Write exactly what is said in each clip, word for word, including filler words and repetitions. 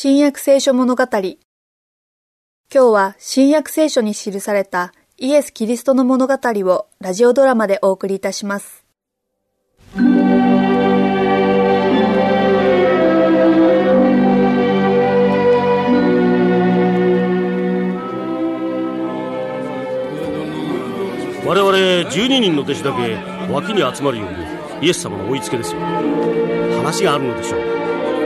新約聖書物語。今日は新約聖書に記されたイエス・キリストの物語をラジオドラマでお送りいたします。 我々じゅうににんの弟子だけ脇に集まるようにイエス様の追いつけですよ。話があるのでしょう。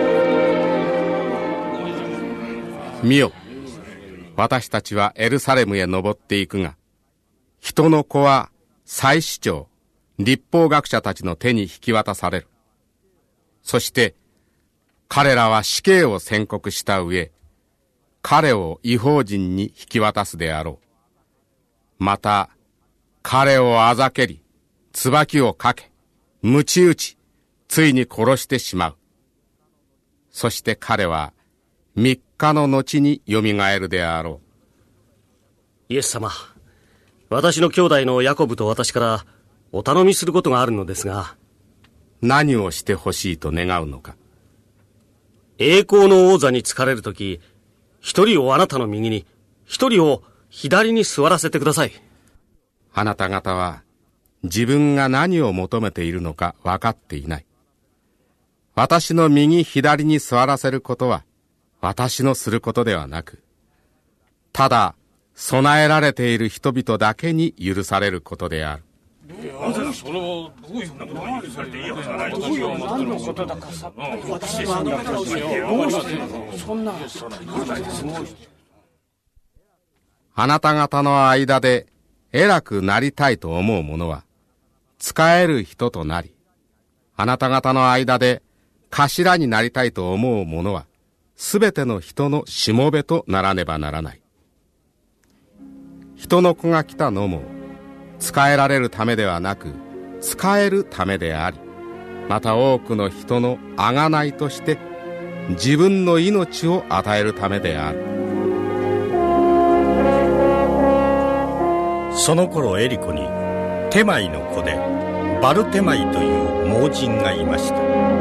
見よ、私たちはエルサレムへ登っていくが、人の子は祭司長、律法学者たちの手に引き渡される。そして彼らは死刑を宣告した上、彼を異邦人に引き渡すであろう。また彼をあざけり、椿をかけ、鞭打ち、ついに殺してしまう。そして彼は三日の後によみがえるであろう。イエス様、私の兄弟のヤコブと私からお頼みすることがあるのですが。 何をしてほしいと願うのか。 栄光の王座に就かれるとき、一人をあなたの右に、一人を左に座らせてください。 あなた方は自分が何を求めているのか分かっていない。私の右左に座らせることは私のすることではなく、ただ備えられている人々だけに許されることである。あなた方の間で偉くなりたいと思う者は仕える人となり、あなた方の間で頭になりたいと思う者はすべての人のしもべとならねばならない。人の子が来たのも仕えられるためではなく、仕えるためであり、また多くの人の贖いとして自分の命を与えるためである。 その頃エリコにテマイの子でバルテマイという盲人がいました。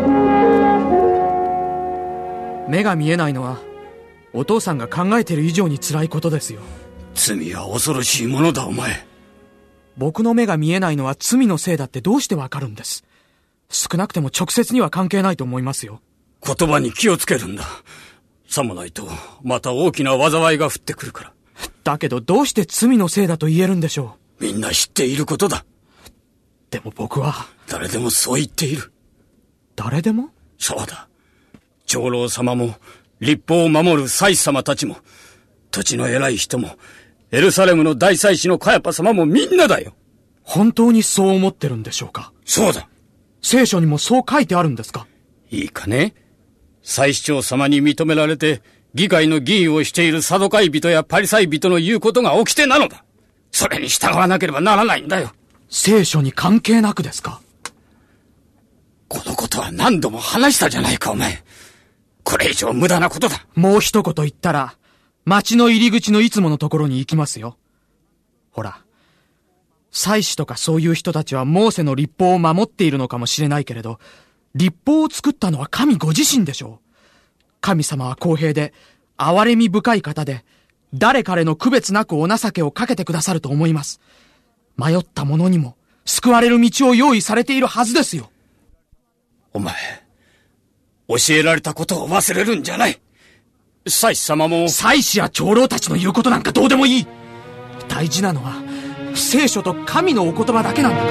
目が見えないのはお父さんが考えている以上に辛いことですよ。 罪は恐ろしいものだ。お前、 僕の目が見えないのは罪のせいだってどうしてわかるんです？少なくても直接には関係ないと思いますよ。 言葉に気をつけるんだ。さもないとまた大きな災いが降ってくるから。 だけどどうして罪のせいだと言えるんでしょう。みんな知っていることだ。 でも僕は。 誰でもそう言っている。 誰でも？ そうだ。長老様も律法を守る祭司様たちも、土地の偉い人も、エルサレムの大祭司のカヤパ様もみんなだよ。 本当にそう思ってるんでしょうか？ そうだ。 聖書にもそう書いてあるんですか？ いいかね。祭司長様に認められて議会の議員をしているサドカイ人やパリサイ人の言うことが起きてなのだ。それに従わなければならないんだよ。 聖書に関係なくですか？ このことは何度も話したじゃないか。お前、これ以上無駄なことだ。 もう一言言ったら町の入り口のいつものところに行きますよ。ほら、祭司とかそういう人たちはモーセの律法を守っているのかもしれないけれど、律法を作ったのは神ご自身でしょう。神様は公平で憐れみ深い方で、誰彼の区別なくお情けをかけてくださると思います。迷った者にも救われる道を用意されているはずですよ。 お前、教えられたことを忘れるんじゃない。祭司様も。 祭司や長老たちの言うことなんかどうでもいい。大事なのは聖書と神のお言葉だけなんだから。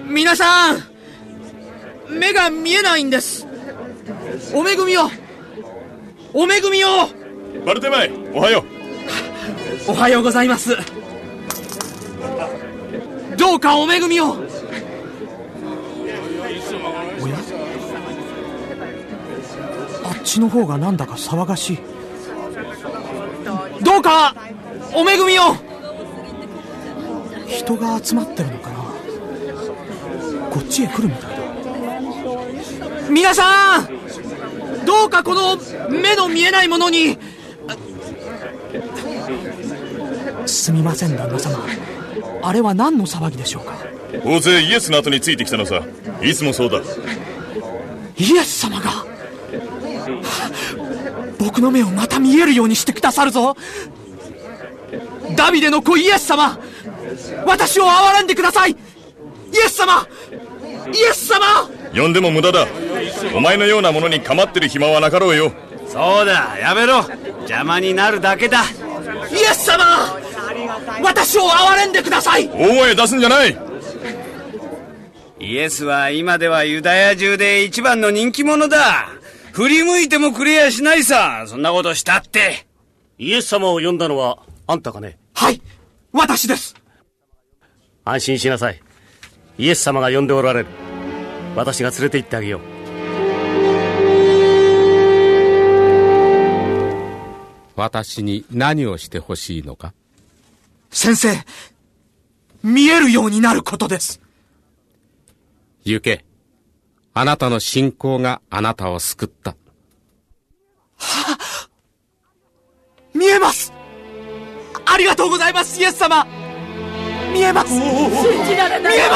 皆さん、目が見えないんです。お恵みをお恵みを。 バルテマイ、おはよう。おはようございます。どうかお恵みを。おや、あっちの方がなんだか騒がしい。どうかお恵みを。人が集まってるのかな。こっちへ来るみたいだ。皆さん、どうかこの目の見えないものに。すみません旦那様、あれは何の騒ぎでしょうか？ 大勢イエスの後についてきたのさ。いつもそうだ。 イエス様が僕の目をまた見えるようにしてくださるぞ。ダビデの子イエス様、私を憐れんでください。イエス様、イエス様。 呼んでも無駄だ。お前のようなものに構ってる暇はなかろうよ。 そうだ、やめろ。邪魔になるだけだ。 イエス様、私を憐れんでください。 大声出すんじゃない。 イエスは今ではユダヤ中で一番の人気者だ。振り向いてもくれやしないさ、そんなことしたって。 イエス様を呼んだのはあんたかね？ はい、私です。 安心しなさい。イエス様が呼んでおられる。私が連れて行ってあげよう。 私に何をしてほしいのか？ 先生、見えるようになることです。 行け。あなたの信仰があなたを救った。 はあ、見えます。ありがとうございます、イエス様。見えます。信じられない。見えま